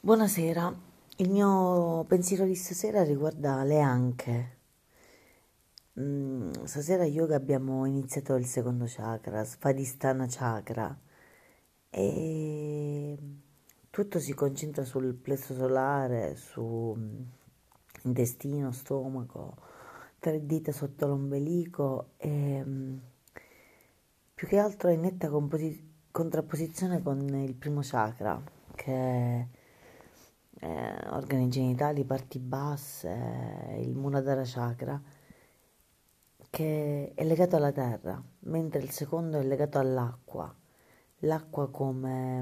Buonasera, il mio pensiero di stasera riguarda le anche. Stasera yoga abbiamo iniziato il secondo chakra, Svadhisthana chakra, e tutto si concentra sul plesso solare, su intestino, stomaco, tre dita sotto l'ombelico e più che altro è in netta contrapposizione con il primo chakra, che è organi genitali, parti basse, il Muladhara chakra, che è legato alla terra, mentre il secondo è legato all'acqua. L'acqua come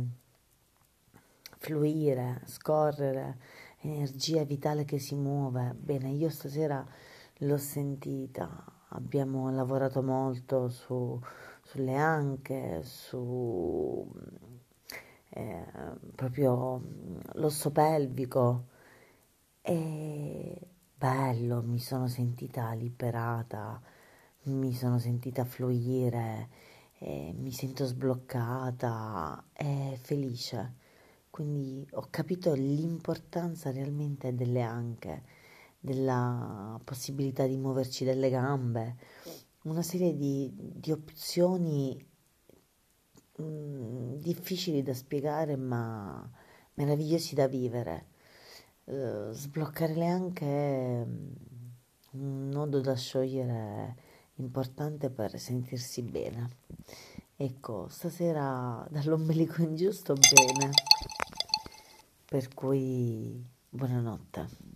fluire, scorrere, energia vitale che si muove. Bene, io stasera l'ho sentita, abbiamo lavorato molto sulle anche, su eh, proprio l'osso pelvico e bello, mi sono sentita liberata, mi sono sentita fluire, mi sento sbloccata e felice. Quindi ho capito l'importanza realmente delle anche, della possibilità di muoverci delle gambe, una serie di opzioni difficili da spiegare ma meravigliosi da vivere. Sbloccare le anche è un nodo da sciogliere importante per sentirsi bene. Ecco, stasera dall'ombelico in giù sto bene, per cui buonanotte.